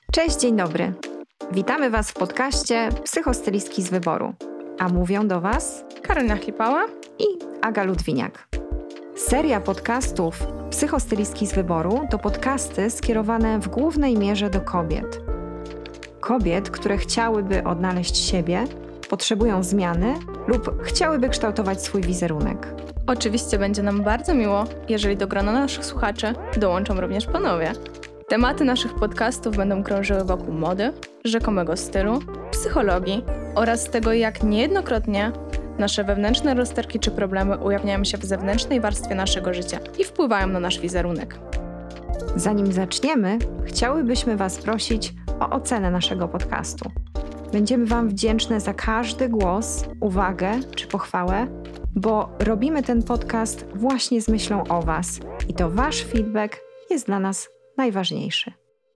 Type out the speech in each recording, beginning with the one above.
Cześć, dzień dobry. Witamy Was w podcaście Psychostylistki z wyboru. A mówią do Was Karolina Chlipała i Aga Ludwiniak. Seria podcastów Psychostylistki z wyboru to podcasty skierowane w głównej mierze do kobiet. Kobiet, które chciałyby odnaleźć siebie, potrzebują zmiany lub chciałyby kształtować swój wizerunek. Oczywiście będzie nam bardzo miło, jeżeli do grona naszych słuchaczy dołączą również panowie. Tematy naszych podcastów będą krążyły wokół mody, rzekomego stylu, psychologii oraz tego, jak niejednokrotnie nasze wewnętrzne rozterki czy problemy ujawniają się w zewnętrznej warstwie naszego życia i wpływają na nasz wizerunek. Zanim zaczniemy, chciałybyśmy Was prosić o ocenę naszego podcastu. Będziemy Wam wdzięczne za każdy głos, uwagę czy pochwałę, bo robimy ten podcast właśnie z myślą o Was i to Wasz feedback jest dla nas najważniejszy.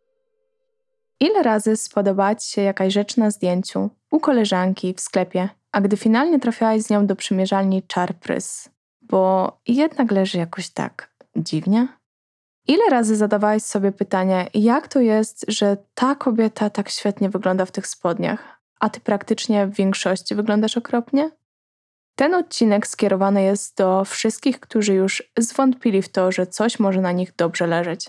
Ile razy spodobała Ci się jakaś rzecz na zdjęciu, u koleżanki, w sklepie, a gdy finalnie trafiałaś z nią do przymierzalni czar-prys, bo jednak leży jakoś tak dziwnie? Ile razy zadawałaś sobie pytanie, jak to jest, że ta kobieta tak świetnie wygląda w tych spodniach, a Ty praktycznie w większości wyglądasz okropnie? Ten odcinek skierowany jest do wszystkich, którzy już zwątpili w to, że coś może na nich dobrze leżeć.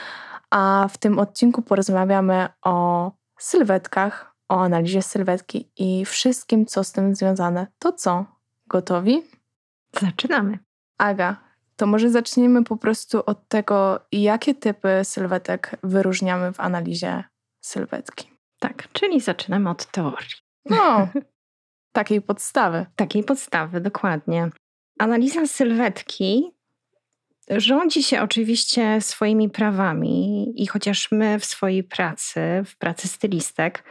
A w tym odcinku porozmawiamy o sylwetkach, o analizie sylwetki i wszystkim, co z tym związane. To co? Gotowi? Zaczynamy. Aga, to może zacznijmy po prostu od tego, jakie typy sylwetek wyróżniamy w analizie sylwetki. Tak, czyli zaczynamy od teorii. No, takiej podstawy. Takiej podstawy, dokładnie. Analiza sylwetki rządzi się oczywiście swoimi prawami i chociaż my w swojej pracy, w pracy stylistek,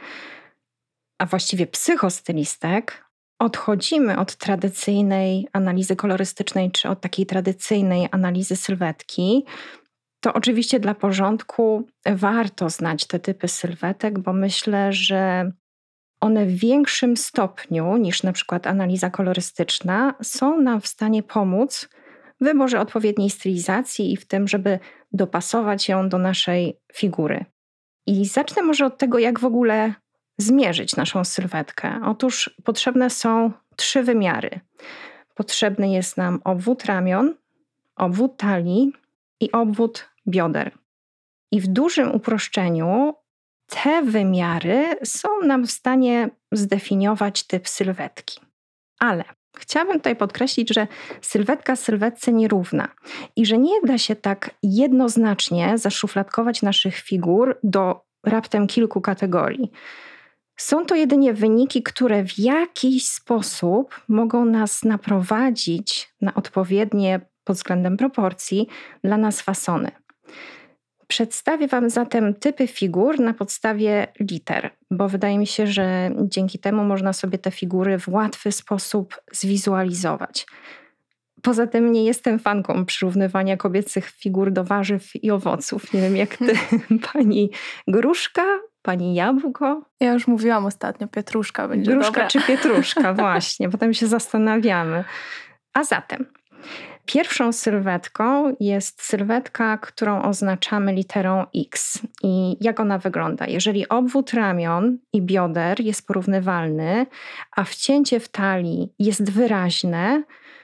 a właściwie psychostylistek, odchodzimy od tradycyjnej analizy kolorystycznej czy od takiej tradycyjnej analizy sylwetki, to oczywiście dla porządku warto znać te typy sylwetek, bo myślę, że one w większym stopniu niż na przykład analiza kolorystyczna są nam w stanie pomóc w wyborze odpowiedniej stylizacji i w tym, żeby dopasować ją do naszej figury. I zacznę może od tego, jak w ogóle zmierzyć naszą sylwetkę. Otóż potrzebne są 3 wymiary. Potrzebny jest nam obwód ramion, obwód talii i obwód bioder. I w dużym uproszczeniu te wymiary są nam w stanie zdefiniować typ sylwetki. Ale chciałabym tutaj podkreślić, że sylwetka sylwetce nierówna i że nie da się tak jednoznacznie zaszufladkować naszych figur do raptem kilku kategorii. Są to jedynie wyniki, które w jakiś sposób mogą nas naprowadzić na odpowiednie pod względem proporcji dla nas fasony. Przedstawię Wam zatem typy figur na podstawie liter, bo wydaje mi się, że dzięki temu można sobie te figury w łatwy sposób zwizualizować. Poza tym nie jestem fanką przyrównywania kobiecych figur do warzyw i owoców. Nie wiem jak Ty, pani gruszka, pani jabłko? Ja już mówiłam ostatnio, pietruszka będzie Gruszka dobra. czy pietruszka, właśnie, potem się zastanawiamy. A zatem pierwszą sylwetką jest sylwetka, którą oznaczamy literą X. I jak ona wygląda? Jeżeli obwód ramion i bioder jest porównywalny, a wcięcie w talii jest wyraźne,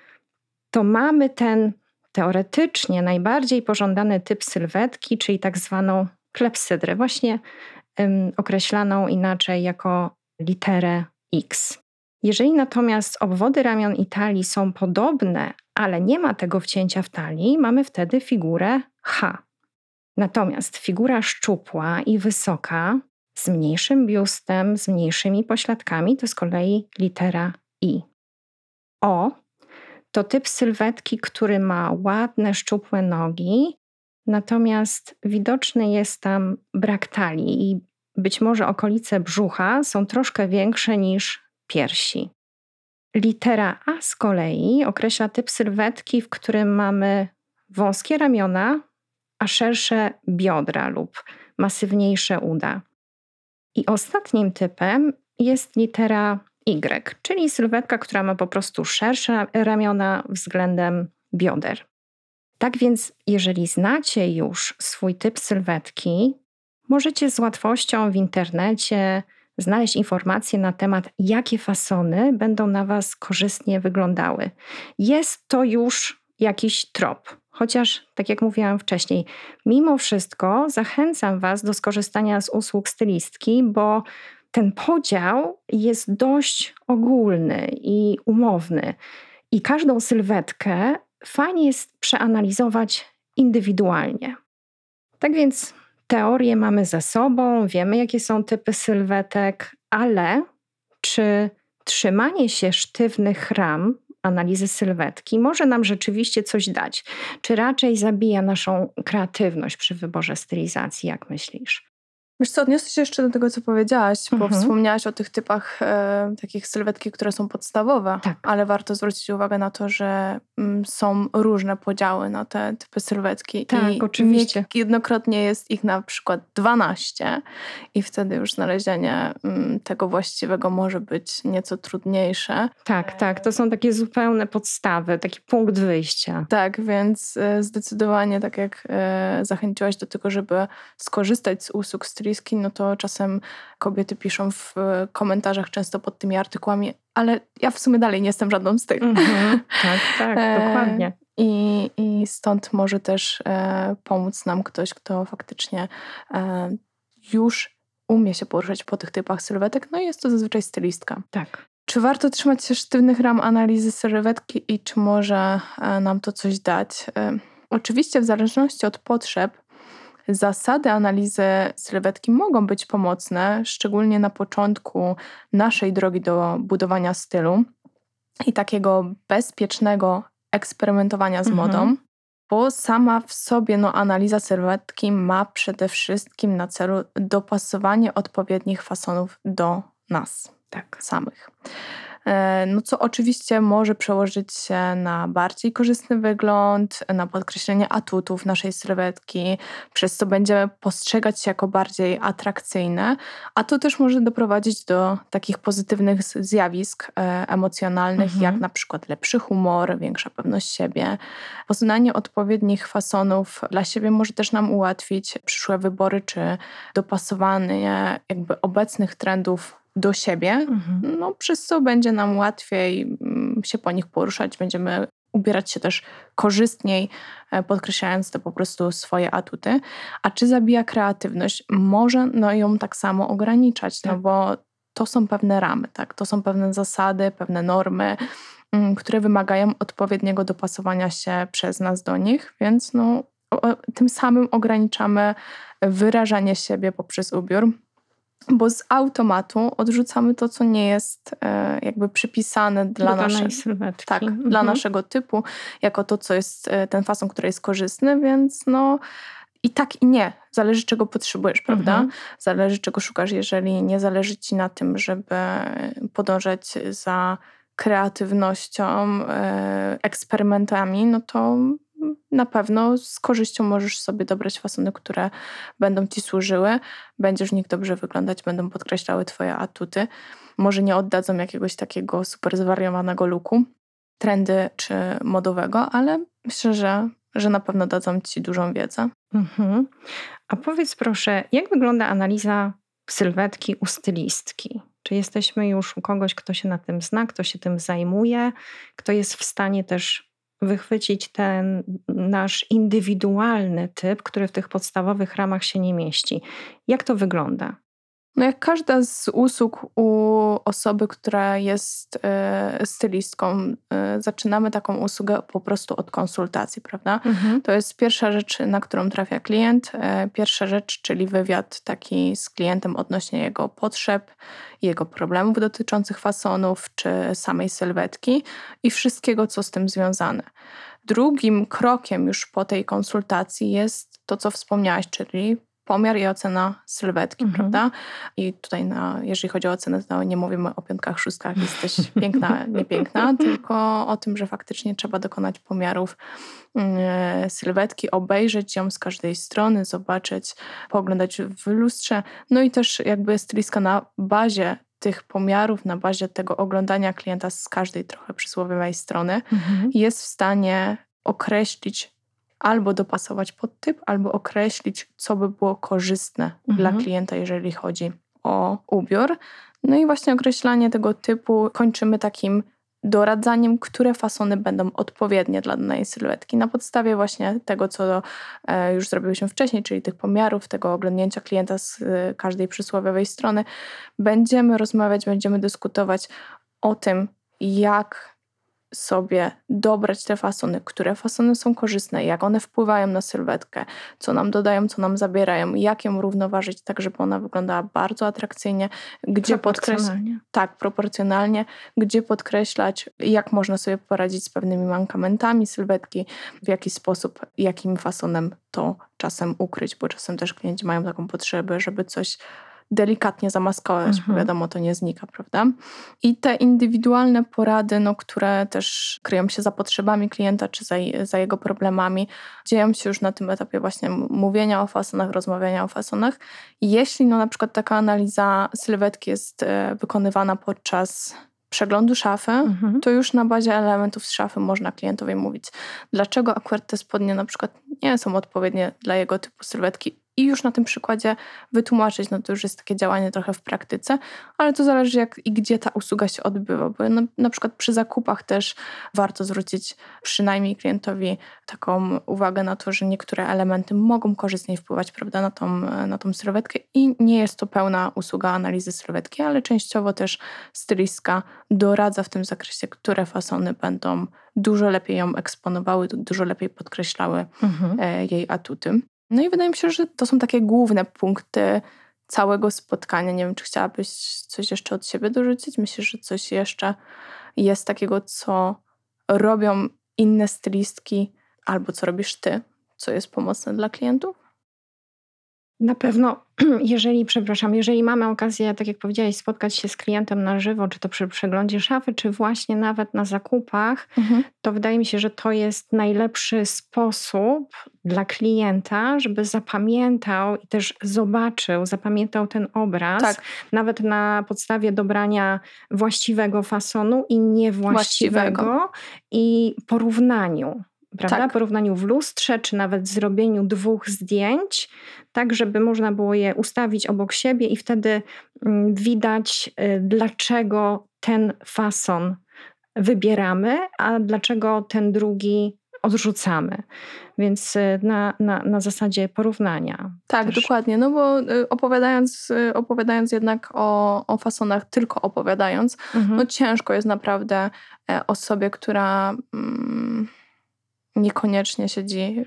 to mamy ten teoretycznie najbardziej pożądany typ sylwetki, czyli tak zwaną klepsydrę, właśnie określaną inaczej jako literę X. Jeżeli natomiast obwody ramion i talii są podobne, ale nie ma tego wcięcia w talii, mamy wtedy figurę H. Natomiast figura szczupła i wysoka, z mniejszym biustem, z mniejszymi pośladkami, to z kolei litera I. O to typ sylwetki, który ma ładne, szczupłe nogi, natomiast widoczny jest tam brak talii i być może okolice brzucha są troszkę większe niż piersi. Litera A z kolei określa typ sylwetki, w którym mamy wąskie ramiona, a szersze biodra lub masywniejsze uda. I ostatnim typem jest litera Y, czyli sylwetka, która ma po prostu szersze ramiona względem bioder. Tak więc, jeżeli znacie już swój typ sylwetki, Możecie z łatwością w internecie znaleźć informacje na temat, jakie fasony będą na Was korzystnie wyglądały. Jest to już jakiś trop. Chociaż, tak jak mówiłam wcześniej, mimo wszystko zachęcam Was do skorzystania z usług stylistki, bo ten podział jest dość ogólny i umowny. I każdą sylwetkę fajnie jest przeanalizować indywidualnie. Tak więc teorię mamy za sobą, wiemy jakie są typy sylwetek, ale czy trzymanie się sztywnych ram analizy sylwetki może nam rzeczywiście coś dać? Czy raczej zabija naszą kreatywność przy wyborze stylizacji, jak myślisz? Wiesz co, odniosę się jeszcze do tego, co powiedziałaś, bo wspomniałaś o tych typach takich sylwetki, które są podstawowe, Tak. ale warto zwrócić uwagę na to, że są różne podziały na te typy sylwetki. Tak, i oczywiście. Jednokrotnie jest ich na przykład 12 i wtedy już znalezienie tego właściwego może być nieco trudniejsze. Tak, to są takie zupełne podstawy, taki punkt wyjścia. Tak, więc zdecydowanie tak jak zachęciłaś do tego, żeby skorzystać z usług stylistki, no to czasem kobiety piszą w komentarzach często pod tymi artykułami, ale ja w sumie dalej nie jestem żadną z tych. Tak, dokładnie. I stąd może też pomóc nam ktoś, kto faktycznie już umie się poruszać po tych typach sylwetek, no i jest to zazwyczaj stylistka. Tak. Czy warto trzymać się sztywnych ram analizy sylwetki i czy może nam to coś dać? Oczywiście w zależności od potrzeb zasady analizy sylwetki mogą być pomocne, szczególnie na początku naszej drogi do budowania stylu i takiego bezpiecznego eksperymentowania z modą, bo sama w sobie analiza sylwetki ma przede wszystkim na celu dopasowanie odpowiednich fasonów do nas samych. Co oczywiście może przełożyć się na bardziej korzystny wygląd, na podkreślenie atutów naszej sylwetki, przez co będziemy postrzegać się jako bardziej atrakcyjne, a to też może doprowadzić do takich pozytywnych zjawisk emocjonalnych, jak na przykład lepszy humor, większa pewność siebie. Poznanie odpowiednich fasonów dla siebie może też nam ułatwić przyszłe wybory, czy dopasowanie jakby obecnych trendów do siebie, przez co będzie nam łatwiej się po nich poruszać, będziemy ubierać się też korzystniej, podkreślając to po prostu swoje atuty. A czy zabija kreatywność? Może ją tak samo ograniczać, bo to są pewne ramy, tak? To są pewne zasady, pewne normy, które wymagają odpowiedniego dopasowania się przez nas do nich, więc tym samym ograniczamy wyrażanie siebie poprzez ubiór, bo z automatu odrzucamy to, co nie jest jakby przypisane dla naszej sylwetki. Tak, dla naszego typu, jako to, co jest ten fason, który jest korzystny, więc i tak i nie. Zależy, czego potrzebujesz, prawda? Zależy, czego szukasz. Jeżeli nie zależy ci na tym, żeby podążać za kreatywnością, eksperymentami, to na pewno z korzyścią możesz sobie dobrać fasony, które będą ci służyły. Będziesz w nich dobrze wyglądać, będą podkreślały twoje atuty. Może nie oddadzą jakiegoś takiego super zwariowanego looku, trendy czy modowego, ale myślę, że na pewno dadzą ci dużą wiedzę. A powiedz proszę, jak wygląda analiza sylwetki u stylistki? Czy jesteśmy już u kogoś, kto się na tym zna, kto się tym zajmuje, kto jest w stanie też wychwycić ten nasz indywidualny typ, który w tych podstawowych ramach się nie mieści? Jak to wygląda? Jak każda z usług u osoby, która jest stylistką, zaczynamy taką usługę po prostu od konsultacji, prawda? To jest pierwsza rzecz, na którą trafia klient. Pierwsza rzecz, czyli wywiad taki z klientem odnośnie jego potrzeb, jego problemów dotyczących fasonów, czy samej sylwetki i wszystkiego, co z tym związane. Drugim krokiem już po tej konsultacji jest to, co wspomniałaś, czyli pomiar i ocena sylwetki, prawda? I tutaj jeżeli chodzi o ocenę, to nie mówimy o piątkach, szóstkach, jesteś piękna, niepiękna, tylko o tym, że faktycznie trzeba dokonać pomiarów sylwetki, obejrzeć ją z każdej strony, zobaczyć, pooglądać w lustrze. I też jakby stylistka na bazie tych pomiarów, na bazie tego oglądania klienta z każdej trochę przysłowiowej strony jest w stanie określić albo dopasować pod typ, albo określić, co by było korzystne dla klienta, jeżeli chodzi o ubiór. No i właśnie określanie tego typu kończymy takim doradzaniem, które fasony będą odpowiednie dla danej sylwetki. Na podstawie właśnie tego, co już zrobiłyśmy wcześniej, czyli tych pomiarów, tego oglądnięcia klienta z każdej przysłowiowej strony, będziemy rozmawiać, będziemy dyskutować o tym, jak sobie dobrać te fasony, które fasony są korzystne, jak one wpływają na sylwetkę, co nam dodają, co nam zabierają, jak ją równoważyć tak, żeby ona wyglądała bardzo atrakcyjnie, gdzie proporcjonalnie, gdzie podkreślać, jak można sobie poradzić z pewnymi mankamentami sylwetki, w jaki sposób, jakim fasonem to czasem ukryć, bo czasem też klienci mają taką potrzebę, żeby coś delikatnie zamaskować, bo wiadomo, to nie znika, prawda? I te indywidualne porady, które też kryją się za potrzebami klienta, czy za jego problemami, dzieją się już na tym etapie właśnie mówienia o fasonach, rozmawiania o fasonach. Jeśli na przykład taka analiza sylwetki jest wykonywana podczas przeglądu szafy, to już na bazie elementów z szafy można klientowi mówić, dlaczego akurat te spodnie na przykład nie są odpowiednie dla jego typu sylwetki i już na tym przykładzie wytłumaczyć, to już jest takie działanie trochę w praktyce, ale to zależy jak i gdzie ta usługa się odbywa, bo na przykład przy zakupach też warto zwrócić przynajmniej klientowi taką uwagę na to, że niektóre elementy mogą korzystnie wpływać, prawda, na tą sylwetkę i nie jest to pełna usługa analizy sylwetki, ale częściowo też stylistka doradza w tym zakresie, które fasony będą dużo lepiej ją eksponowały, dużo lepiej podkreślały jej atuty. No i wydaje mi się, że to są takie główne punkty całego spotkania. Nie wiem, czy chciałabyś coś jeszcze od siebie dorzucić? Myślę, że coś jeszcze jest takiego, co robią inne stylistki albo co robisz ty, co jest pomocne dla klientów? Na pewno, jeżeli mamy okazję, tak jak powiedziałaś, spotkać się z klientem na żywo, czy to przy przeglądzie szafy, czy właśnie nawet na zakupach, to wydaje mi się, że to jest najlepszy sposób dla klienta, żeby zapamiętał i też zapamiętał ten obraz, nawet na podstawie dobrania właściwego fasonu i niewłaściwego i porównaniu. Prawda? Porównaniu w lustrze, czy nawet zrobieniu 2 zdjęć, tak żeby można było je ustawić obok siebie i wtedy widać, dlaczego ten fason wybieramy, a dlaczego ten drugi odrzucamy. Więc na zasadzie porównania. Tak, też. Dokładnie. Bo opowiadając jednak o fasonach, tylko opowiadając, ciężko jest naprawdę osobie, która niekoniecznie siedzi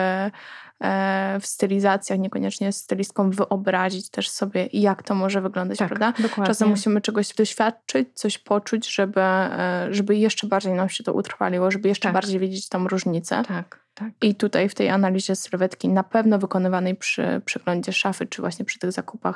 w stylizacjach, niekoniecznie jest stylistką, wyobrazić też sobie, jak to może wyglądać, prawda? Dokładnie. Czasem musimy czegoś doświadczyć, coś poczuć, żeby jeszcze bardziej nam się to utrwaliło, żeby jeszcze bardziej widzieć tą różnicę. Tak. I tutaj w tej analizie sylwetki, na pewno wykonywanej przy przeglądzie szafy, czy właśnie przy tych zakupach,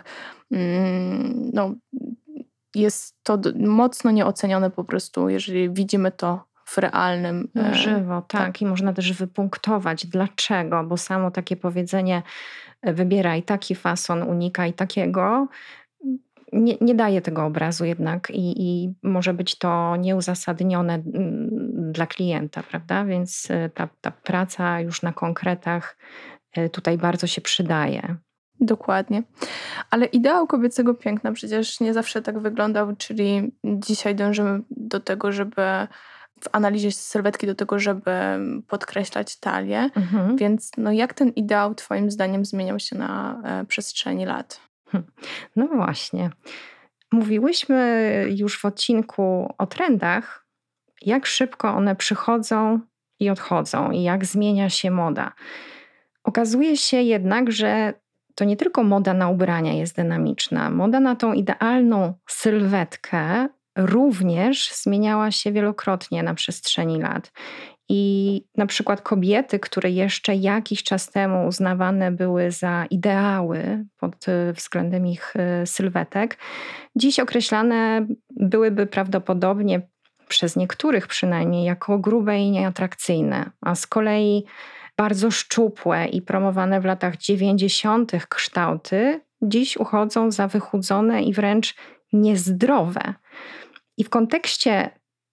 jest to mocno nieocenione po prostu, jeżeli widzimy to w realnym... Na żywo, tak. I można też wypunktować dlaczego, bo samo takie powiedzenie wybieraj taki fason, unikaj takiego, nie daje tego obrazu jednak i może być to nieuzasadnione dla klienta, prawda? Więc ta praca już na konkretach tutaj bardzo się przydaje. Dokładnie. Ale ideał kobiecego piękna przecież nie zawsze tak wyglądał, czyli dzisiaj dążymy do tego, żeby w analizie sylwetki do tego, żeby podkreślać talię. Więc jak ten ideał twoim zdaniem zmieniał się na przestrzeni lat? No właśnie. Mówiłyśmy już w odcinku o trendach, jak szybko one przychodzą i odchodzą i jak zmienia się moda. Okazuje się jednak, że to nie tylko moda na ubrania jest dynamiczna. Moda na tą idealną sylwetkę również zmieniała się wielokrotnie na przestrzeni lat. I na przykład kobiety, które jeszcze jakiś czas temu uznawane były za ideały pod względem ich sylwetek, dziś określane byłyby prawdopodobnie przez niektórych przynajmniej jako grube i nieatrakcyjne, a z kolei bardzo szczupłe i promowane w latach 90. kształty dziś uchodzą za wychudzone i wręcz niezdrowe. I w kontekście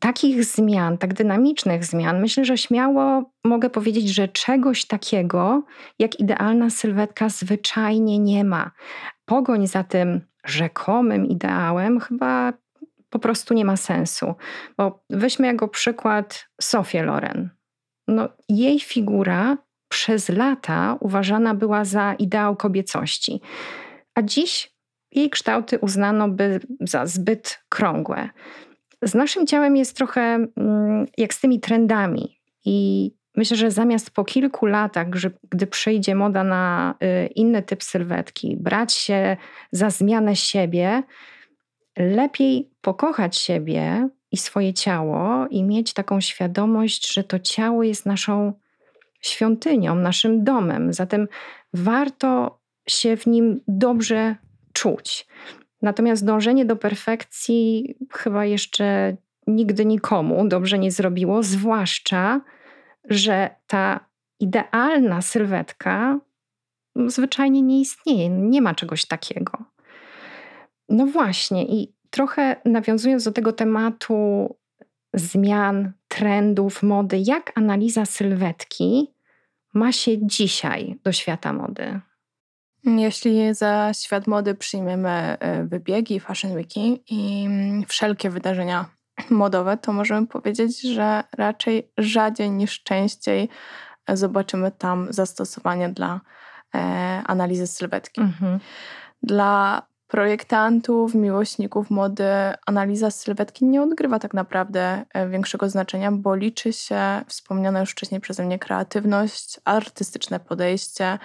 takich zmian, tak dynamicznych zmian, myślę, że śmiało mogę powiedzieć, że czegoś takiego jak idealna sylwetka zwyczajnie nie ma. Pogoń za tym rzekomym ideałem chyba po prostu nie ma sensu. Bo weźmy jako przykład Sofię Loren. No, jej figura przez lata uważana była za ideał kobiecości, a dziś jej kształty uznano by za zbyt krągłe. Z naszym ciałem jest trochę jak z tymi trendami i myślę, że zamiast po kilku latach, gdy przyjdzie moda na inny typ sylwetki, brać się za zmianę siebie, lepiej pokochać siebie i swoje ciało i mieć taką świadomość, że to ciało jest naszą świątynią, naszym domem. Zatem warto się w nim dobrze czuć. Natomiast dążenie do perfekcji chyba jeszcze nigdy nikomu dobrze nie zrobiło, zwłaszcza, że ta idealna sylwetka zwyczajnie nie istnieje. Nie ma czegoś takiego. No właśnie i trochę nawiązując do tego tematu zmian, trendów, mody, jak analiza sylwetki ma się dzisiaj do świata mody? Jeśli za świat mody przyjmiemy wybiegi, fashion weeki i wszelkie wydarzenia modowe, to możemy powiedzieć, że raczej rzadziej niż częściej zobaczymy tam zastosowanie dla analizy sylwetki. Dla projektantów, miłośników mody analiza sylwetki nie odgrywa tak naprawdę większego znaczenia, bo liczy się wspomniana już wcześniej przeze mnie kreatywność, artystyczne podejście.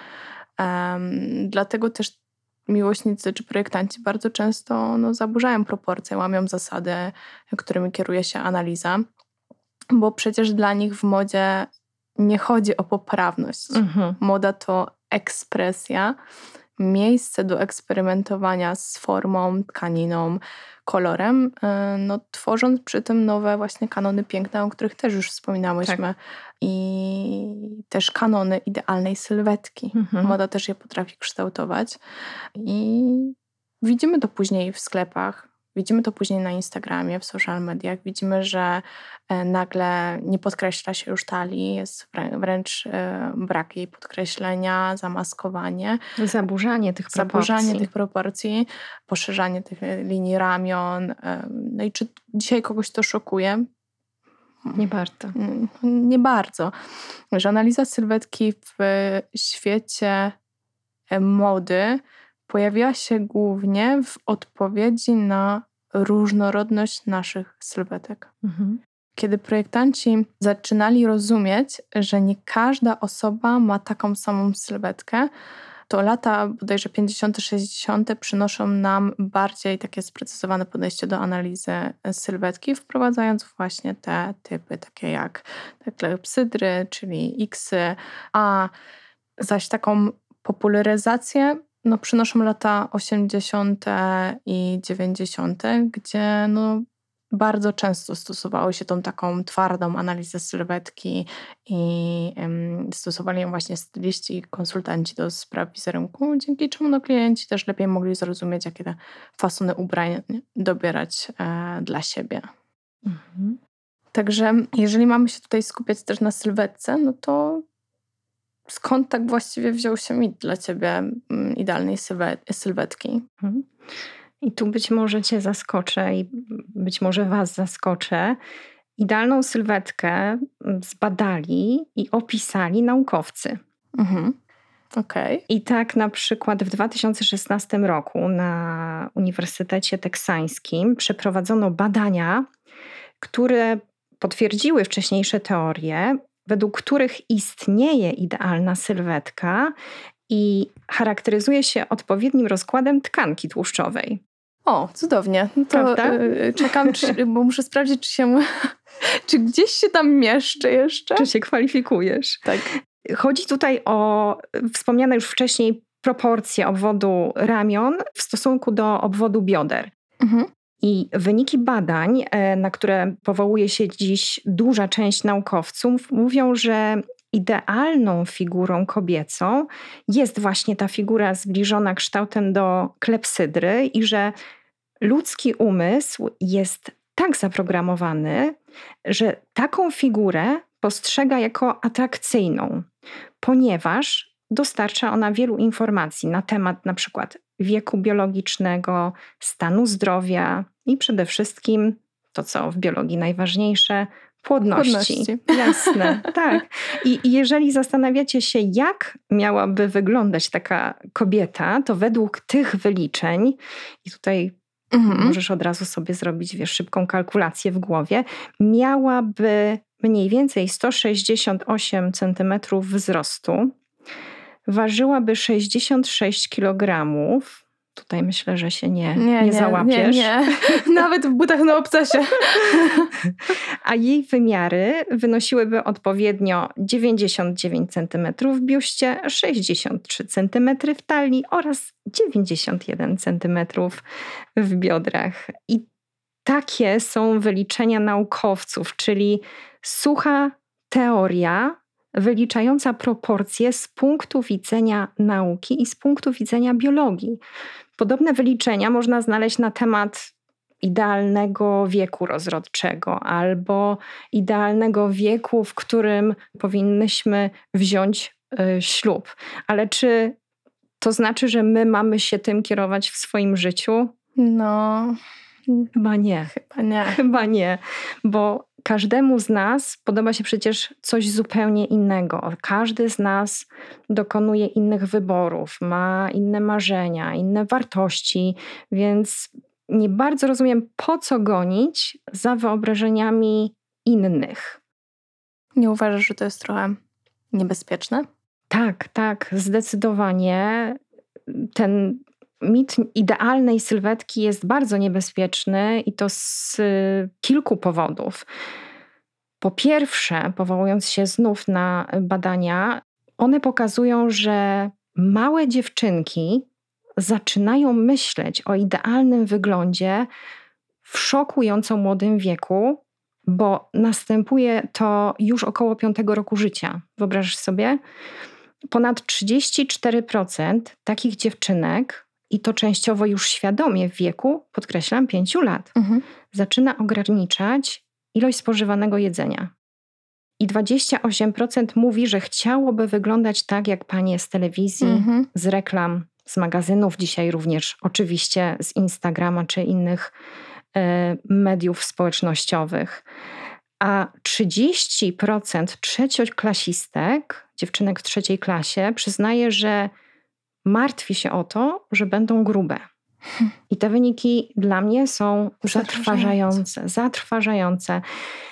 Dlatego też miłośnicy czy projektanci bardzo często zaburzają proporcje, łamią zasady, którymi kieruje się analiza, bo przecież dla nich w modzie nie chodzi o poprawność. Moda to ekspresja, miejsce do eksperymentowania z formą, tkaniną, kolorem, tworząc przy tym nowe właśnie kanony piękna, o których też już wspominałyśmy. Tak. I też kanony idealnej sylwetki. Moda też je potrafi kształtować. I widzimy to później w sklepach, widzimy to później na Instagramie, w social mediach. Widzimy, że nagle nie podkreśla się już talii, jest wręcz brak jej podkreślenia, zamaskowanie. Zaburzanie tych proporcji, poszerzanie tych linii ramion. No i czy dzisiaj kogoś to szokuje? Nie bardzo. Nie bardzo. Że analiza sylwetki w świecie mody pojawiła się głównie w odpowiedzi na różnorodność naszych sylwetek. Kiedy projektanci zaczynali rozumieć, że nie każda osoba ma taką samą sylwetkę, to lata bodajże 50., 60. przynoszą nam bardziej takie sprecyzowane podejście do analizy sylwetki, wprowadzając właśnie te typy, takie jak te klepsydry, czyli X-y, a zaś taką popularyzację przynoszą lata 80. i 90., gdzie bardzo często stosowało się tą taką twardą analizę sylwetki i stosowali ją właśnie styliści i konsultanci do spraw wizerunku, dzięki czemu klienci też lepiej mogli zrozumieć, jakie te fasony ubrań dobierać dla siebie. Także jeżeli mamy się tutaj skupiać też na sylwetce, to skąd tak właściwie wziął się mit dla ciebie idealnej sylwetki? I tu być może cię zaskoczę i być może was zaskoczę. Idealną sylwetkę zbadali i opisali naukowcy. Okay. I tak na przykład w 2016 roku na Uniwersytecie Teksańskim przeprowadzono badania, które potwierdziły wcześniejsze teorie, według których istnieje idealna sylwetka i charakteryzuje się odpowiednim rozkładem tkanki tłuszczowej. O, cudownie. To czekam, bo muszę sprawdzić, czy gdzieś się tam mieszczę jeszcze. Czy się kwalifikujesz. Tak. Chodzi tutaj o wspomniane już wcześniej proporcje obwodu ramion w stosunku do obwodu bioder. I wyniki badań, na które powołuje się dziś duża część naukowców, mówią, że idealną figurą kobiecą jest właśnie ta figura zbliżona kształtem do klepsydry i że ludzki umysł jest tak zaprogramowany, że taką figurę postrzega jako atrakcyjną, ponieważ dostarcza ona wielu informacji na temat na przykład wieku biologicznego, stanu zdrowia i przede wszystkim to, co w biologii najważniejsze, płodności. Jasne, tak. I jeżeli zastanawiacie się, jak miałaby wyglądać taka kobieta, to według tych wyliczeń, i tutaj możesz od razu sobie zrobić, szybką kalkulację w głowie, miałaby mniej więcej 168 cm wzrostu, ważyłaby 66 kg. Tutaj myślę, że się nie załapiesz. Nie. Nawet w butach na obcasie. A jej wymiary wynosiłyby odpowiednio 99 cm w biuście, 63 cm w talii oraz 91 cm w biodrach. I takie są wyliczenia naukowców, czyli sucha teoria wyliczająca proporcje z punktu widzenia nauki i z punktu widzenia biologii. Podobne wyliczenia można znaleźć na temat idealnego wieku rozrodczego albo idealnego wieku, w którym powinnyśmy wziąć ślub. Ale czy to znaczy, że my mamy się tym kierować w swoim życiu? No, chyba nie. Chyba nie, bo każdemu z nas podoba się przecież coś zupełnie innego. Każdy z nas dokonuje innych wyborów, ma inne marzenia, inne wartości, więc nie bardzo rozumiem, po co gonić za wyobrażeniami innych. Nie uważasz, że to jest trochę niebezpieczne? Tak, zdecydowanie. Ten mit idealnej sylwetki jest bardzo niebezpieczny i to z kilku powodów. Po pierwsze, powołując się znów na badania, one pokazują, że małe dziewczynki zaczynają myśleć o idealnym wyglądzie w szokująco młodym wieku, bo następuje to już około 5 roku życia. Wyobrażasz sobie? Ponad 34% takich dziewczynek, i to częściowo już świadomie w wieku, podkreślam, 5 lat, zaczyna ograniczać ilość spożywanego jedzenia. I 28% mówi, że chciałoby wyglądać tak jak panie z telewizji, z reklam, z magazynów, dzisiaj również oczywiście z Instagrama czy innych mediów społecznościowych. A 30% trzecioklasistek, dziewczynek w 3. klasie, przyznaje, że martwi się o to, że będą grube. I te wyniki dla mnie są zatrważające.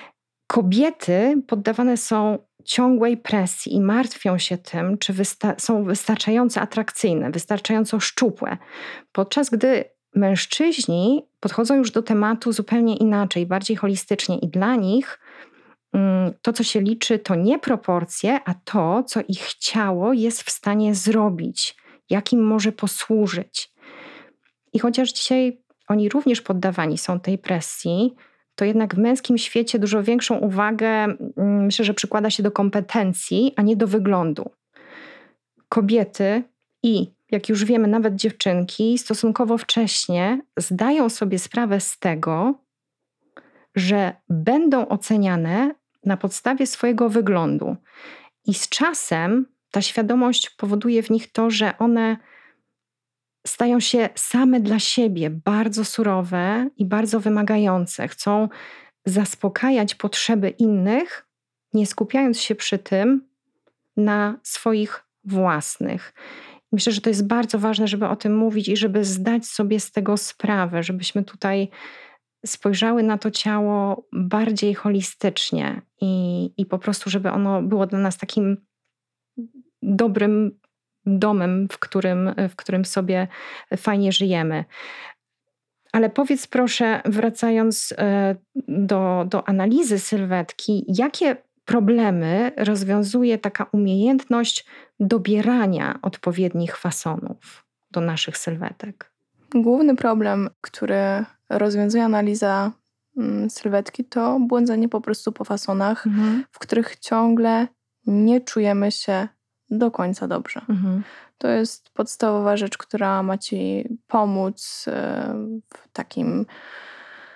Kobiety poddawane są ciągłej presji i martwią się tym, czy są wystarczająco atrakcyjne, wystarczająco szczupłe. Podczas gdy mężczyźni podchodzą już do tematu zupełnie inaczej, bardziej holistycznie i dla nich to, co się liczy, to nie proporcje, a to, co ich ciało jest w stanie zrobić, jakim może posłużyć. I chociaż dzisiaj oni również poddawani są tej presji, to jednak w męskim świecie dużo większą uwagę, myślę, że przykłada się do kompetencji, a nie do wyglądu. Kobiety i, jak już wiemy, nawet dziewczynki stosunkowo wcześnie zdają sobie sprawę z tego, że będą oceniane na podstawie swojego wyglądu. I z czasem ta świadomość powoduje w nich to, że one stają się same dla siebie bardzo surowe i bardzo wymagające. Chcą zaspokajać potrzeby innych, nie skupiając się przy tym na swoich własnych. Myślę, że to jest bardzo ważne, żeby o tym mówić i żeby zdać sobie z tego sprawę, żebyśmy tutaj spojrzały na to ciało bardziej holistycznie i po prostu, żeby ono było dla nas takim dobrym domem, w którym sobie fajnie żyjemy. Ale powiedz proszę, wracając do analizy sylwetki, jakie problemy rozwiązuje taka umiejętność dobierania odpowiednich fasonów do naszych sylwetek? Główny problem, który rozwiązuje analiza sylwetki, to błądzenie po prostu po fasonach, w których ciągle nie czujemy się do końca dobrze. To jest podstawowa rzecz, która ma ci pomóc w takim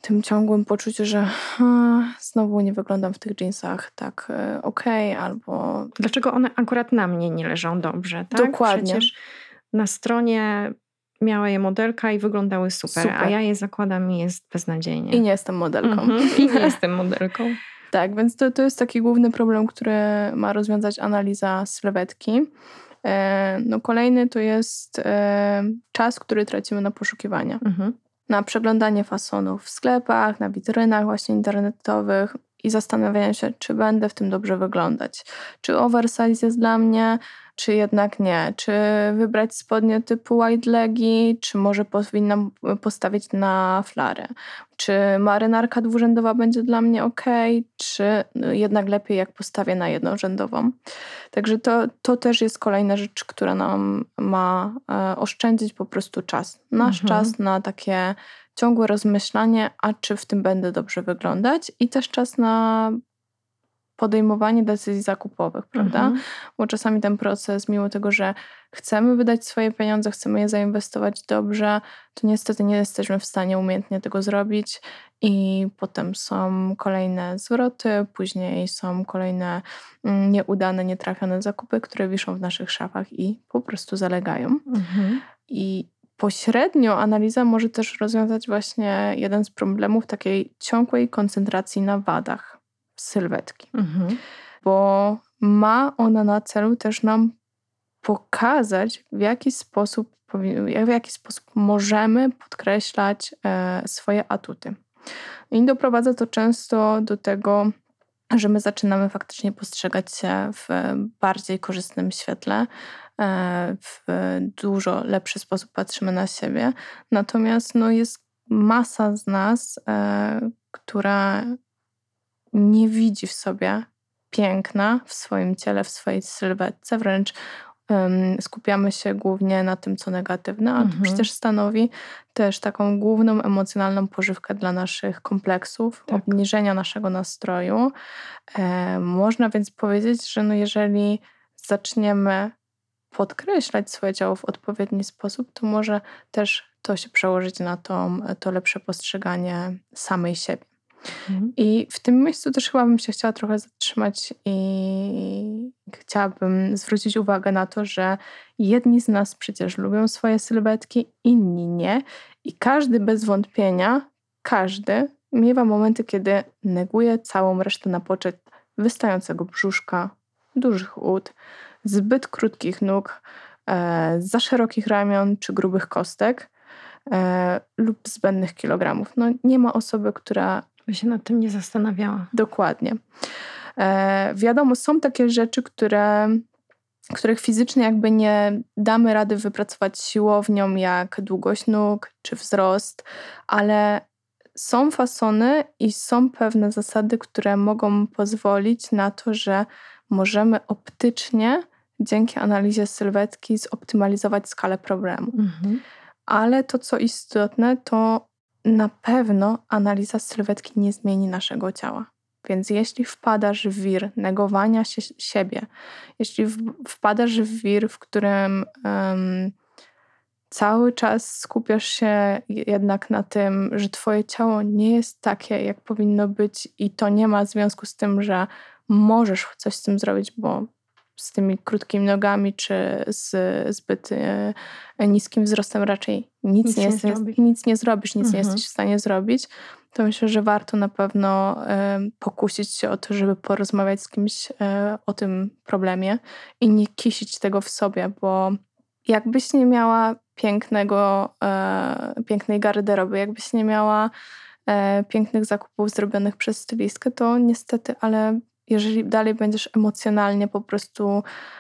tym ciągłym poczuciu, że znowu nie wyglądam w tych jeansach tak okej, albo... Dlaczego one akurat na mnie nie leżą dobrze, tak? Dokładnie. Przecież na stronie miała je modelka i wyglądały super, a ja je zakładam i jest beznadziejnie. I nie jestem modelką. I nie jestem modelką. Tak, więc to jest taki główny problem, który ma rozwiązać analiza sylwetki. No kolejny to jest czas, który tracimy na poszukiwania. Na przeglądanie fasonów w sklepach, na witrynach właśnie internetowych i zastanawianie się, czy będę w tym dobrze wyglądać. Czy oversize jest dla mnie, czy jednak nie. Czy wybrać spodnie typu wide legi, czy może powinnam postawić na flarę. Czy marynarka dwurzędowa będzie dla mnie okej, czy jednak lepiej jak postawię na jednorzędową. Także to też jest kolejna rzecz, która nam ma oszczędzić po prostu czas. Nasz czas na takie ciągłe rozmyślanie, a czy w tym będę dobrze wyglądać, i też czas na podejmowanie decyzji zakupowych, prawda? Bo czasami ten proces, mimo tego, że chcemy wydać swoje pieniądze, chcemy je zainwestować dobrze, to niestety nie jesteśmy w stanie umiejętnie tego zrobić i potem są kolejne zwroty, później są kolejne nieudane, nietrafione zakupy, które wiszą w naszych szafach i po prostu zalegają. I pośrednio analiza może też rozwiązać właśnie jeden z problemów takiej ciągłej koncentracji na wadach sylwetki. Bo ma ona na celu też nam pokazać, w jaki sposób możemy podkreślać swoje atuty. I doprowadza to często do tego, że my zaczynamy faktycznie postrzegać się w bardziej korzystnym świetle, w dużo lepszy sposób patrzymy na siebie. Natomiast jest masa z nas, która nie widzi w sobie piękna w swoim ciele, w swojej sylwetce, wręcz skupiamy się głównie na tym, co negatywne, a to przecież stanowi też taką główną emocjonalną pożywkę dla naszych kompleksów, obniżenia naszego nastroju. Można więc powiedzieć, że jeżeli zaczniemy podkreślać swoje ciało w odpowiedni sposób, to może też to się przełożyć na to lepsze postrzeganie samej siebie. I w tym miejscu też chyba bym się chciała trochę zatrzymać i chciałabym zwrócić uwagę na to, że jedni z nas przecież lubią swoje sylwetki, inni nie. I każdy bez wątpienia, miewa momenty, kiedy neguje całą resztę na poczet wystającego brzuszka, dużych ud, zbyt krótkich nóg, za szerokich ramion czy grubych kostek lub zbędnych kilogramów. Nie ma osoby, która by się nad tym nie zastanawiała. Dokładnie. Wiadomo, są takie rzeczy, których fizycznie jakby nie damy rady wypracować siłownią, jak długość nóg czy wzrost, ale są fasony i są pewne zasady, które mogą pozwolić na to, że możemy optycznie dzięki analizie sylwetki zoptymalizować skalę problemu. Ale to, co istotne, to na pewno analiza sylwetki nie zmieni naszego ciała. Więc jeśli wpadasz w wir negowania siebie, jeśli wpadasz w wir, w którym cały czas skupiasz się jednak na tym, że twoje ciało nie jest takie, jak powinno być i to nie ma związku z tym, że możesz coś z tym zrobić, bo z tymi krótkimi nogami czy z zbyt niskim wzrostem raczej nic nie zrobisz, nic nie jesteś w stanie zrobić, to myślę, że warto na pewno pokusić się o to, żeby porozmawiać z kimś o tym problemie i nie kisić tego w sobie, bo jakbyś nie miała pięknej garderoby, jakbyś nie miała pięknych zakupów zrobionych przez stylistkę, to niestety, ale jeżeli dalej będziesz emocjonalnie po prostu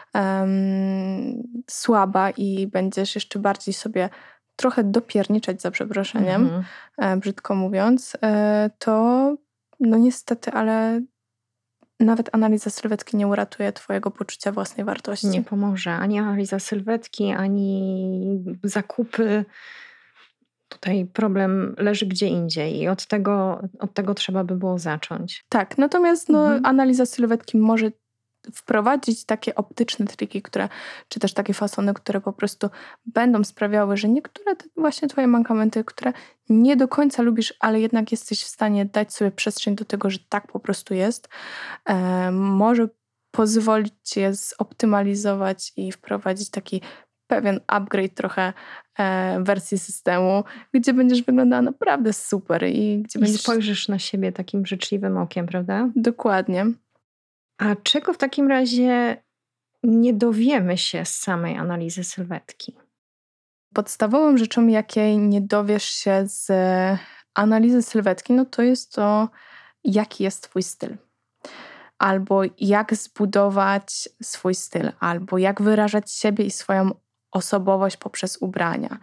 słaba i będziesz jeszcze bardziej sobie trochę dopierniczać, za przeproszeniem, brzydko mówiąc, to niestety, ale nawet analiza sylwetki nie uratuje twojego poczucia własnej wartości. Nie pomoże ani analiza sylwetki, ani zakupy. Tutaj problem leży gdzie indziej i od tego trzeba by było zacząć. Tak, natomiast analiza sylwetki może wprowadzić takie optyczne triki, czy też takie fasony, które po prostu będą sprawiały, że niektóre właśnie twoje mankamenty, które nie do końca lubisz, ale jednak jesteś w stanie dać sobie przestrzeń do tego, że tak po prostu jest, może pozwolić ci je zoptymalizować i wprowadzić taki pewien upgrade trochę wersji systemu, gdzie będziesz wyglądała naprawdę super i gdzie I spojrzysz na siebie takim życzliwym okiem, prawda? Dokładnie. A czego w takim razie nie dowiemy się z samej analizy sylwetki? Podstawową rzeczą, jakiej nie dowiesz się z analizy sylwetki, no to jest to, jaki jest twój styl. Albo jak zbudować swój styl, albo jak wyrażać siebie i swoją osobowość poprzez ubrania.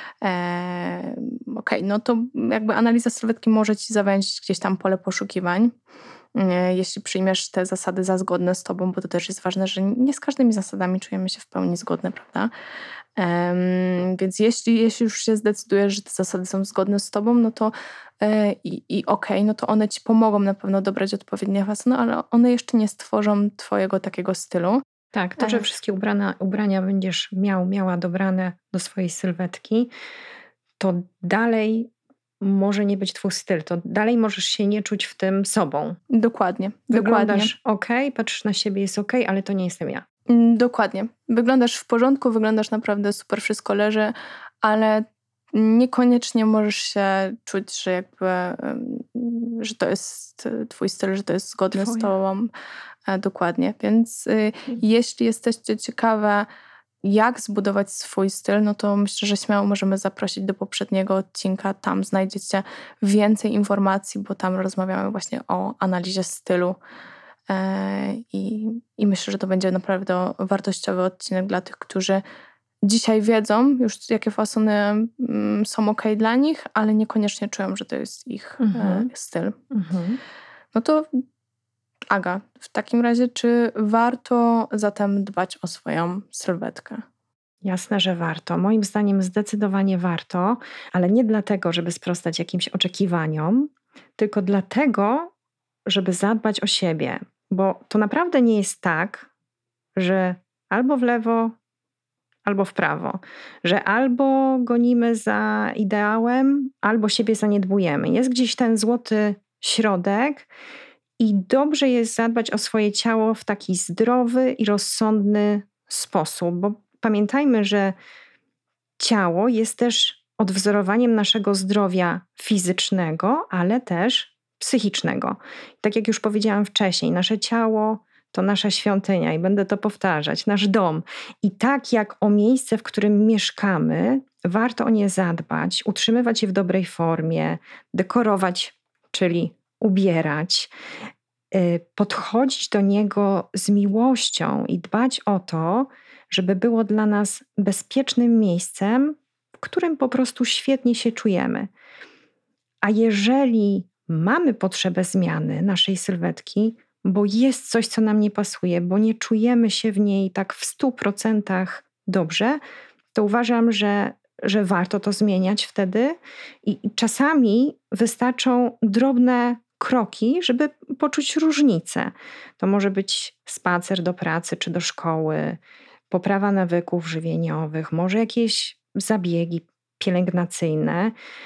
Okej, no to jakby analiza sylwetki może ci zawęzić gdzieś tam pole poszukiwań, jeśli przyjmiesz te zasady za zgodne z tobą, bo to też jest ważne, że nie z każdymi zasadami czujemy się w pełni zgodne, prawda? Więc jeśli już się zdecydujesz, że te zasady są zgodne z tobą, no to okej, no to one ci pomogą na pewno dobrać odpowiednie fasony, ale one jeszcze nie stworzą twojego takiego stylu. Tak, to, że wszystkie ubrania będziesz miała dobrane do swojej sylwetki, to dalej może nie być twój styl. To dalej możesz się nie czuć w tym sobą. Dokładnie. Wyglądasz okej, patrzysz na siebie, jest okej, ale to nie jestem ja. Dokładnie. Wyglądasz w porządku, wyglądasz naprawdę super, wszystko leży, ale niekoniecznie możesz się czuć, że jakby, że to jest twój styl, że to jest zgodne z tobą. Dokładnie. Więc jeśli jesteście ciekawe, jak zbudować swój styl, no to myślę, że śmiało możemy zaprosić do poprzedniego odcinka. Tam znajdziecie więcej informacji, bo tam rozmawiamy właśnie o analizie stylu. I myślę, że to będzie naprawdę wartościowy odcinek dla tych, którzy dzisiaj wiedzą już, jakie fasony są okej dla nich, ale niekoniecznie czują, że to jest ich styl. No to Aga, w takim razie, czy warto zatem dbać o swoją sylwetkę? Jasne, że warto. Moim zdaniem zdecydowanie warto, ale nie dlatego, żeby sprostać jakimś oczekiwaniom, tylko dlatego, żeby zadbać o siebie. Bo to naprawdę nie jest tak, że albo w lewo, albo w prawo. Że albo gonimy za ideałem, albo siebie zaniedbujemy. Jest gdzieś ten złoty środek i dobrze jest zadbać o swoje ciało w taki zdrowy i rozsądny sposób. Bo pamiętajmy, że ciało jest też odwzorowaniem naszego zdrowia fizycznego, ale też psychicznego. Tak jak już powiedziałam wcześniej, nasze ciało to nasza świątynia i będę to powtarzać, nasz dom. I tak jak o miejsce, w którym mieszkamy, warto o nie zadbać, utrzymywać je w dobrej formie, dekorować, czyli ubierać, podchodzić do niego z miłością i dbać o to, żeby było dla nas bezpiecznym miejscem, w którym po prostu świetnie się czujemy. A jeżeli mamy potrzebę zmiany naszej sylwetki, bo jest coś, co nam nie pasuje, bo nie czujemy się w niej tak w 100% dobrze, to uważam, że warto to zmieniać wtedy. I czasami wystarczą drobne kroki, żeby poczuć różnicę. To może być spacer do pracy czy do szkoły, poprawa nawyków żywieniowych, może jakieś zabiegi pielęgnacyjne.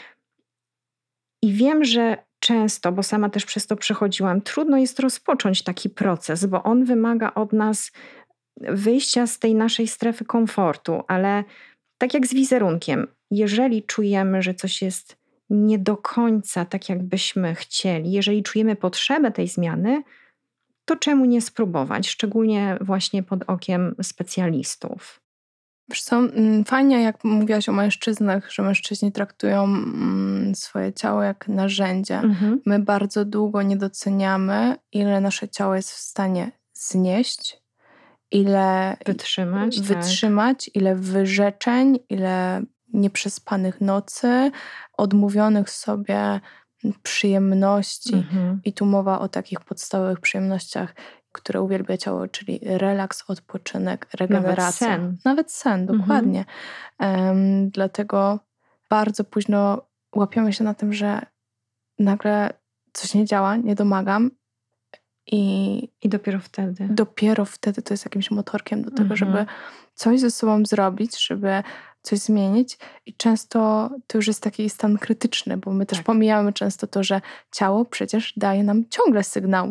I wiem, że często, bo sama też przez to przechodziłam, trudno jest rozpocząć taki proces, bo on wymaga od nas wyjścia z tej naszej strefy komfortu, ale tak jak z wizerunkiem, jeżeli czujemy, że coś jest nie do końca tak, jakbyśmy chcieli, jeżeli czujemy potrzebę tej zmiany, to czemu nie spróbować, szczególnie właśnie pod okiem specjalistów. Wiesz co, fajnie jak mówiłaś o mężczyznach, że mężczyźni traktują swoje ciało jak narzędzie. My bardzo długo nie doceniamy, ile nasze ciało jest w stanie znieść, ile wytrzymać, ile wyrzeczeń, ile nieprzespanych nocy, odmówionych sobie przyjemności. I tu mowa o takich podstawowych przyjemnościach, które uwielbia ciało, czyli relaks, odpoczynek, regeneracja. Nawet sen, dokładnie. Dlatego bardzo późno łapiemy się na tym, że nagle coś nie działa, nie domagam I dopiero wtedy to jest jakimś motorkiem do tego, żeby coś ze sobą zrobić, żeby coś zmienić. I często to już jest taki stan krytyczny, bo my też pomijamy często to, że ciało przecież daje nam ciągle sygnał,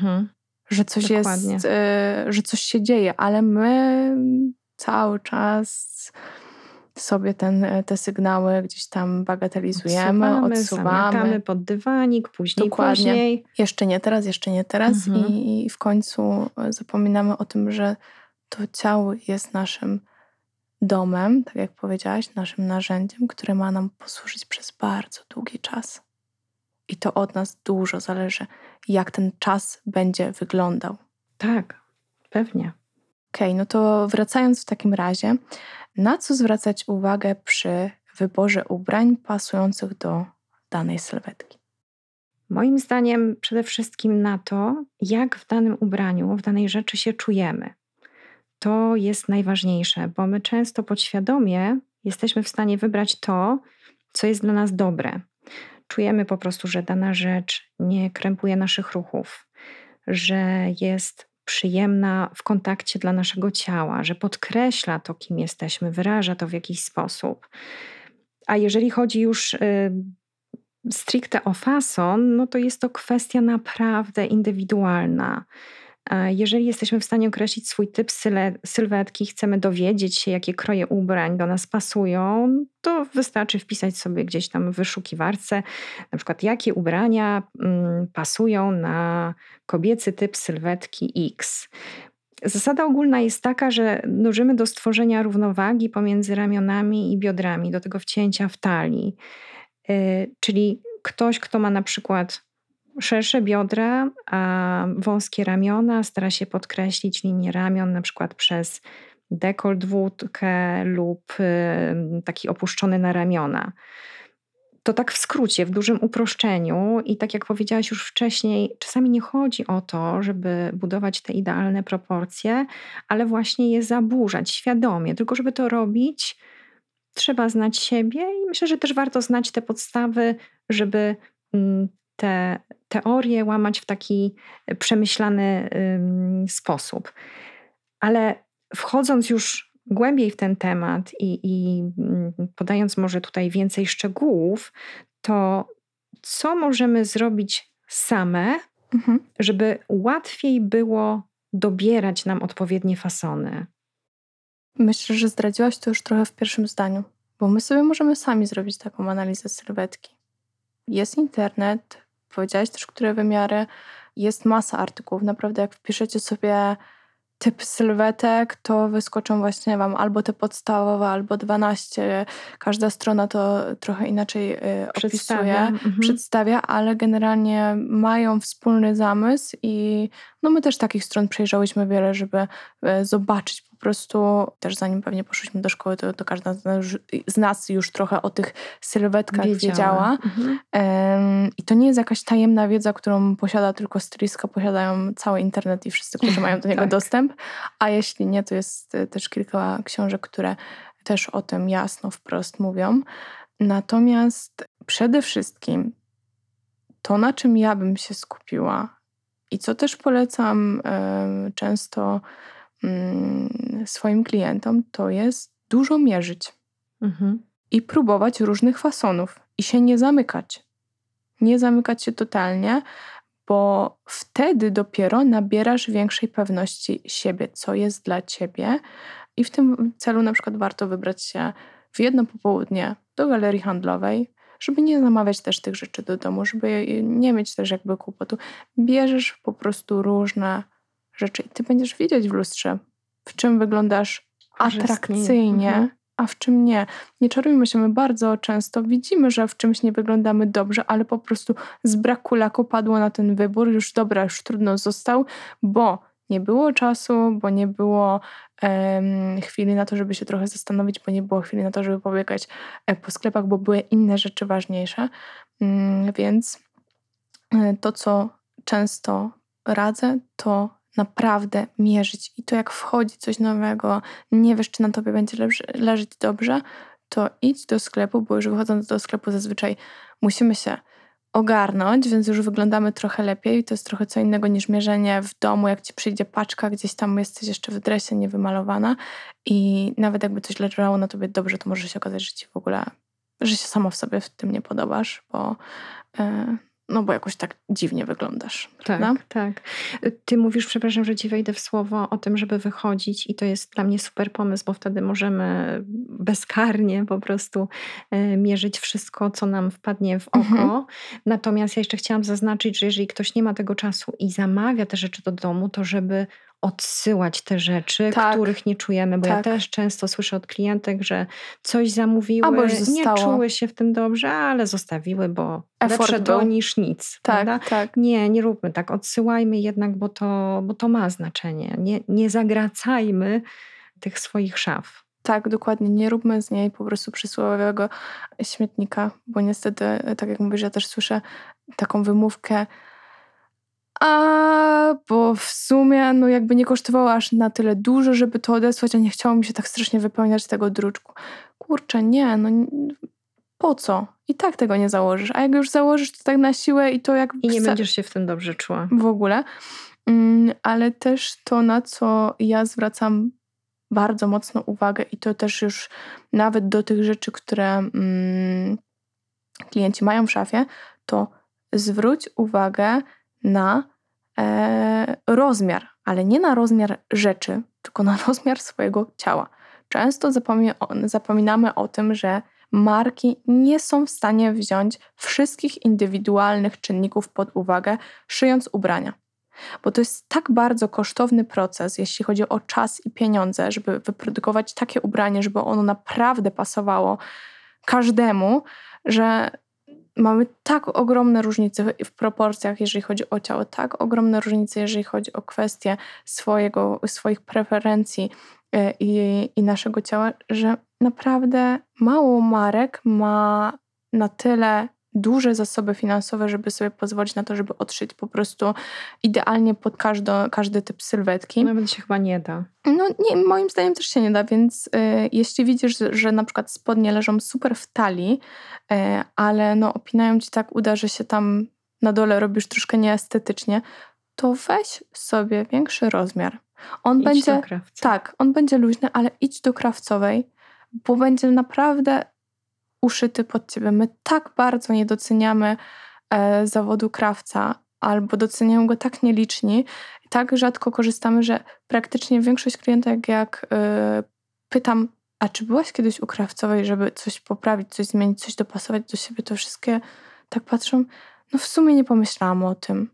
że coś jest, że coś się dzieje, ale my cały czas sobie te sygnały gdzieś tam bagatelizujemy, odsuwamy. Zamiatamy pod dywanik, później. Jeszcze nie teraz. I w końcu zapominamy o tym, że to ciało jest naszym domem, tak jak powiedziałaś, naszym narzędziem, które ma nam posłużyć przez bardzo długi czas. I to od nas dużo zależy, jak ten czas będzie wyglądał. Tak, pewnie. Okej, no to wracając w takim razie, na co zwracać uwagę przy wyborze ubrań pasujących do danej sylwetki? Moim zdaniem przede wszystkim na to, jak w danym ubraniu, w danej rzeczy się czujemy. To jest najważniejsze, bo my często podświadomie jesteśmy w stanie wybrać to, co jest dla nas dobre. Czujemy po prostu, że dana rzecz nie krępuje naszych ruchów, że jest przyjemna w kontakcie dla naszego ciała, że podkreśla to, kim jesteśmy, wyraża to w jakiś sposób. A jeżeli chodzi już stricte o fason, no to jest to kwestia naprawdę indywidualna. Jeżeli jesteśmy w stanie określić swój typ sylwetki, chcemy dowiedzieć się, jakie kroje ubrań do nas pasują, to wystarczy wpisać sobie gdzieś tam w wyszukiwarce, na przykład jakie ubrania pasują na kobiecy typ sylwetki X. Zasada ogólna jest taka, że dążymy do stworzenia równowagi pomiędzy ramionami i biodrami, do tego wcięcia w talii. Czyli ktoś, kto ma na przykład szersze biodra, a wąskie ramiona, stara się podkreślić linię ramion na przykład przez dekolt, włótkę lub taki opuszczony na ramiona. To tak w skrócie, w dużym uproszczeniu i tak jak powiedziałaś już wcześniej, czasami nie chodzi o to, żeby budować te idealne proporcje, ale właśnie je zaburzać świadomie. Tylko żeby to robić, trzeba znać siebie i myślę, że też warto znać te podstawy, żeby te teorie łamać w taki przemyślany sposób. Ale wchodząc już głębiej w ten temat i podając może tutaj więcej szczegółów, to co możemy zrobić same, żeby łatwiej było dobierać nam odpowiednie fasony? Myślę, że zdradziłaś to już trochę w pierwszym zdaniu, bo my sobie możemy sami zrobić taką analizę sylwetki. Jest internet, powiedziałaś też, które wymiary, jest masa artykułów. Naprawdę jak wpiszecie sobie typ sylwetek, to wyskoczą właśnie wam albo te podstawowe, albo 12. Każda strona to trochę inaczej opisuje, przedstawia, ale generalnie mają wspólny zamysł i no my też takich stron przejrzałyśmy wiele, żeby zobaczyć po prostu, też zanim pewnie poszłyśmy do szkoły, to każda z nas już trochę o tych sylwetkach wiedziała. I to nie jest jakaś tajemna wiedza, którą posiada tylko stylistka, posiadają cały internet i wszyscy, którzy mają do niego dostęp. A jeśli nie, to jest też kilka książek, które też o tym jasno, wprost mówią. Natomiast przede wszystkim to, na czym ja bym się skupiła i co też polecam często swoim klientom, to jest dużo mierzyć i próbować różnych fasonów i się nie zamykać. Nie zamykać się totalnie, bo wtedy dopiero nabierasz większej pewności siebie, co jest dla ciebie i w tym celu na przykład warto wybrać się w jedno popołudnie do galerii handlowej, żeby nie zamawiać też tych rzeczy do domu, żeby nie mieć też jakby kłopotu. Bierzesz po prostu różne rzeczy i ty będziesz widzieć w lustrze, w czym wyglądasz atrakcyjnie, a w czym nie. Nie czarujmy się, my bardzo często widzimy, że w czymś nie wyglądamy dobrze, ale po prostu z braku laku padło na ten wybór, już dobra, już trudno został, bo nie było czasu, bo nie było chwili na to, żeby się trochę zastanowić, bo nie było chwili na to, żeby pobiegać po sklepach, bo były inne rzeczy ważniejsze. Więc to, co często radzę, to naprawdę mierzyć. I to jak wchodzi coś nowego, nie wiesz, czy na tobie będzie leżeć dobrze, to idź do sklepu, bo już wychodząc do sklepu zazwyczaj musimy się ogarnąć, więc już wyglądamy trochę lepiej. To jest trochę co innego niż mierzenie w domu, jak ci przyjdzie paczka, gdzieś tam jesteś jeszcze w dresie, niewymalowana i nawet jakby coś leżało na tobie dobrze, to może się okazać, że ci w ogóle, że się sama w sobie w tym nie podobasz, bo jakoś tak dziwnie wyglądasz, prawda? Tak. Ty mówisz, przepraszam, że ci wejdę w słowo, o tym, żeby wychodzić i to jest dla mnie super pomysł, bo wtedy możemy bezkarnie po prostu mierzyć wszystko, co nam wpadnie w oko. Natomiast ja jeszcze chciałam zaznaczyć, że jeżeli ktoś nie ma tego czasu i zamawia te rzeczy do domu, to żeby odsyłać te rzeczy, których nie czujemy, bo ja też często słyszę od klientek, że coś zamówiły, albo już nie czuły się w tym dobrze, ale zostawiły, bo lepsze to niż nic. Tak. Nie róbmy tak. Odsyłajmy jednak, bo to ma znaczenie. Nie zagracajmy tych swoich szaf. Tak, dokładnie. Nie róbmy z niej po prostu przysłowiowego śmietnika, bo niestety, tak jak mówisz, ja też słyszę taką wymówkę, bo w sumie jakby nie kosztowało aż na tyle dużo, żeby to odesłać, a nie chciało mi się tak strasznie wypełniać tego druczku. Kurczę, nie, po co? I tak tego nie założysz. A jak już założysz, to tak na siłę i to jak... I nie będziesz się w tym dobrze czuła. W ogóle. Ale też to, na co ja zwracam bardzo mocno uwagę i to też już nawet do tych rzeczy, które klienci mają w szafie, to zwróć uwagę na rozmiar, ale nie na rozmiar rzeczy, tylko na rozmiar swojego ciała. Często zapominamy o tym, że marki nie są w stanie wziąć wszystkich indywidualnych czynników pod uwagę, szyjąc ubrania. Bo to jest tak bardzo kosztowny proces, jeśli chodzi o czas i pieniądze, żeby wyprodukować takie ubranie, żeby ono naprawdę pasowało każdemu, że mamy tak ogromne różnice w proporcjach, jeżeli chodzi o ciało, tak ogromne różnice, jeżeli chodzi o kwestie swoich preferencji i naszego ciała, że naprawdę mało marek ma na tyle duże zasoby finansowe, żeby sobie pozwolić na to, żeby odszyć po prostu idealnie pod każdy typ sylwetki. Nawet się chyba nie da. Nie, moim zdaniem też się nie da, więc jeśli widzisz, że na przykład spodnie leżą super w talii, ale opinają ci tak uda, że się tam na dole robisz troszkę nieestetycznie, to weź sobie większy rozmiar. Idź do krawca. Tak, on będzie luźny, ale idź do krawcowej, bo będzie naprawdę uszyty pod ciebie. My tak bardzo nie doceniamy zawodu krawca, albo doceniają go tak nieliczni, tak rzadko korzystamy, że praktycznie większość klientek, jak pytam, a czy byłaś kiedyś u krawcowej, żeby coś poprawić, coś zmienić, coś dopasować do siebie, to wszystkie tak patrzą, w sumie nie pomyślałam o tym.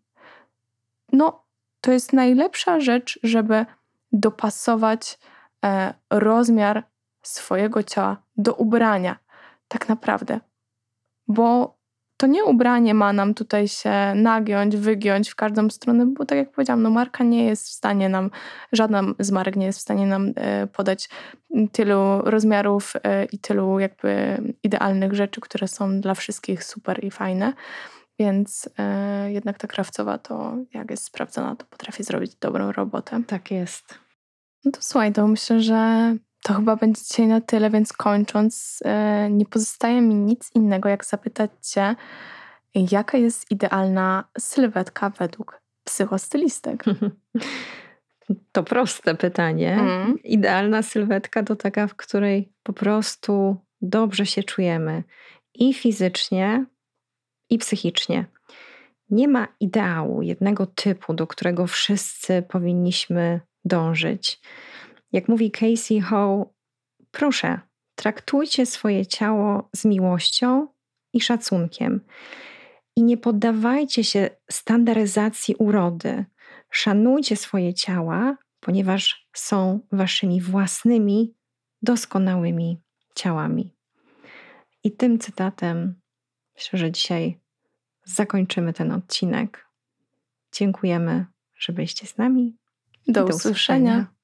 To jest najlepsza rzecz, żeby dopasować rozmiar swojego ciała do ubrania. Tak naprawdę. Bo to nie ubranie ma nam tutaj się nagiąć, wygiąć w każdą stronę, bo tak jak powiedziałam, marka nie jest w stanie nam, żadna z marek nie jest w stanie nam podać tylu rozmiarów i tylu jakby idealnych rzeczy, które są dla wszystkich super i fajne. Więc jednak ta krawcowa to jak jest sprawdzona, to potrafi zrobić dobrą robotę. Tak jest. To słuchaj, to myślę, że to chyba będzie dzisiaj na tyle, więc kończąc, nie pozostaje mi nic innego, jak zapytać cię, jaka jest idealna sylwetka według psychostylistek? To proste pytanie. Idealna sylwetka to taka, w której po prostu dobrze się czujemy i fizycznie, i psychicznie. Nie ma ideału jednego typu, do którego wszyscy powinniśmy dążyć. Jak mówi Casey Ho, proszę, traktujcie swoje ciało z miłością i szacunkiem. I nie poddawajcie się standaryzacji urody. Szanujcie swoje ciała, ponieważ są waszymi własnymi, doskonałymi ciałami. I tym cytatem myślę, że dzisiaj zakończymy ten odcinek. Dziękujemy, że byliście z nami. Do usłyszenia.